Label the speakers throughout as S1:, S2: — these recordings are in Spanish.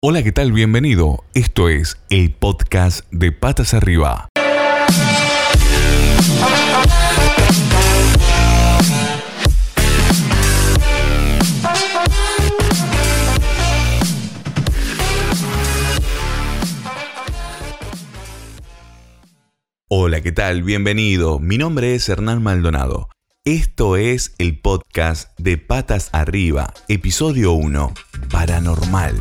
S1: Hola, ¿qué tal? Bienvenido. Esto es el podcast de Patas Arriba. Hola, ¿qué tal? Bienvenido. Mi nombre es Hernán Maldonado. Esto es el podcast de Patas Arriba, episodio 1, Paranormal.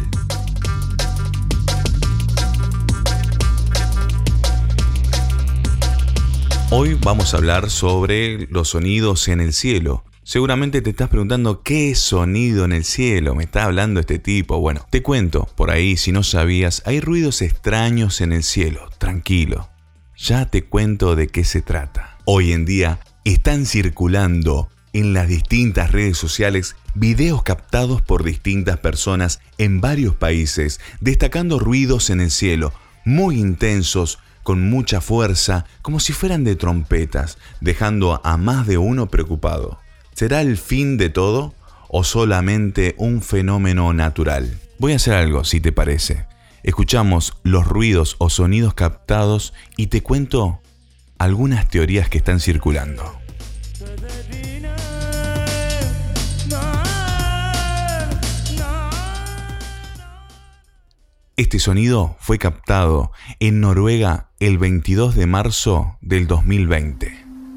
S1: Hoy vamos a hablar sobre los sonidos en el cielo. Seguramente te estás preguntando ¿qué es sonido en el cielo? ¿Me está hablando este tipo? Bueno, te cuento, por ahí si no sabías, hay ruidos extraños en el cielo. Tranquilo, ya te cuento de qué se trata. Hoy en día están circulando en las distintas redes sociales videos captados por distintas personas en varios países, destacando ruidos en el cielo muy intensos, con mucha fuerza, como si fueran de trompetas, dejando a más de uno preocupado. ¿Será el fin de todo o solamente un fenómeno natural? Voy a hacer algo, si te parece. Escuchamos los ruidos o sonidos captados y te cuento algunas teorías que están circulando. Este sonido fue captado en Noruega el 22 de marzo del 2020.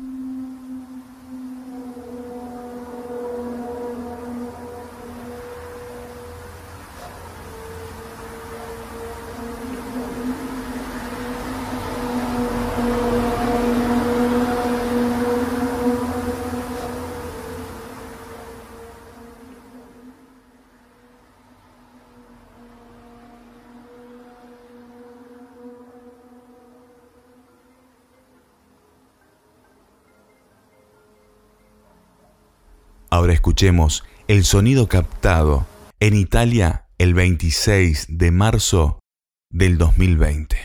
S1: Ahora escuchemos el sonido captado en Italia el 26 de marzo del 2020.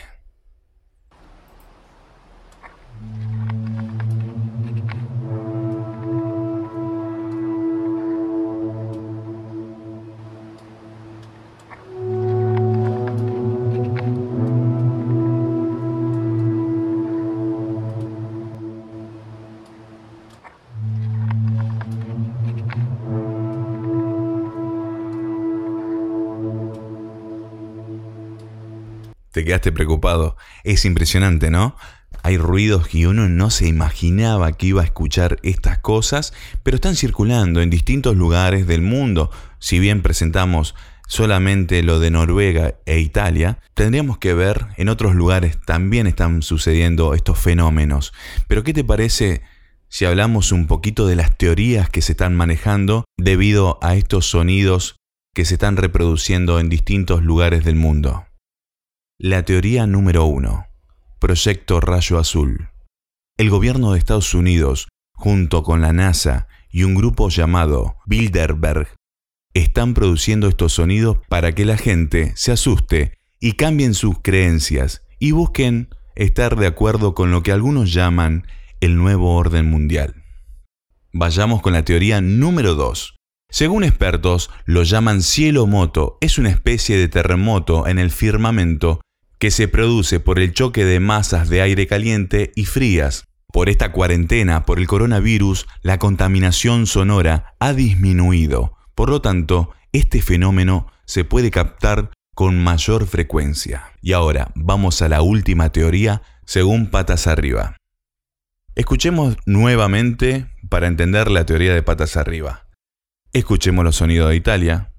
S1: ¿Te quedaste preocupado? Es impresionante, ¿no? Hay ruidos que uno no se imaginaba que iba a escuchar estas cosas, pero están circulando en distintos lugares del mundo. Si bien presentamos solamente lo de Noruega e Italia, tendríamos que ver en otros lugares también están sucediendo estos fenómenos. Pero ¿qué te parece si hablamos un poquito de las teorías que se están manejando debido a estos sonidos que se están reproduciendo en distintos lugares del mundo? La teoría número 1. Proyecto Rayo Azul. El gobierno de Estados Unidos, junto con la NASA y un grupo llamado Bilderberg, están produciendo estos sonidos para que la gente se asuste y cambien sus creencias y busquen estar de acuerdo con lo que algunos llaman el nuevo orden mundial. Vayamos con la teoría número 2. Según expertos, lo llaman cielo moto. Es una especie de terremoto en el firmamento que se produce por el choque de masas de aire caliente y frías. Por esta cuarentena, por el coronavirus, la contaminación sonora ha disminuido. Por lo tanto, este fenómeno se puede captar con mayor frecuencia. Y ahora, vamos a la última teoría, según Patas Arriba. Escuchemos nuevamente para entender la teoría de Patas Arriba. Escuchemos los sonidos de Italia.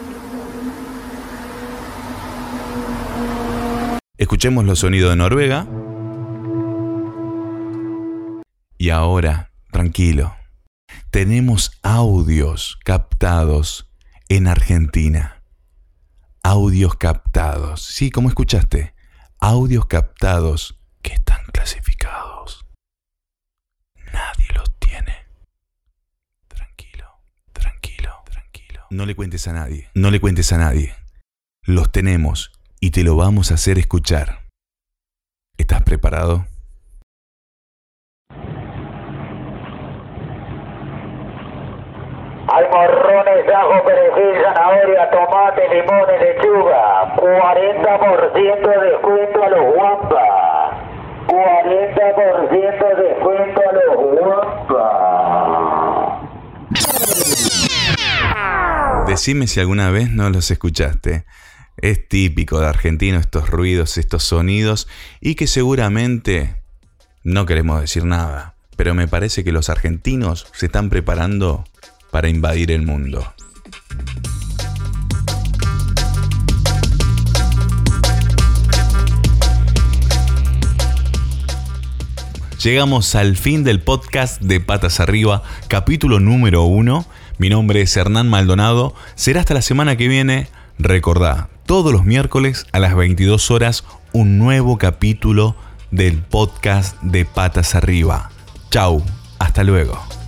S1: Escuchemos los sonidos de Noruega. Y ahora, tranquilo, tenemos audios captados en Argentina. Audios captados. Sí, ¿cómo escuchaste? Audios captados que están clasificados. Nadie los tiene. Tranquilo, tranquilo, tranquilo. No le cuentes a nadie. No le cuentes a nadie. Los tenemos. Y te lo vamos a hacer escuchar. ¿Estás preparado?
S2: Hay morrones, ajo, perejil, zanahoria, tomate, limones, lechuga. 40% de descuento a los guapas.
S1: Decime si alguna vez no los escuchaste. Es típico de argentino estos ruidos, estos sonidos, y que seguramente no queremos decir nada, pero me parece que los argentinos se están preparando para invadir el mundo. Llegamos al fin del podcast de Patas Arriba, capítulo número 1. Mi nombre es Hernán Maldonado. Será hasta la semana que viene. Recordá, todos los miércoles a las 22 horas, un nuevo capítulo del podcast de Patas Arriba. Chau, hasta luego.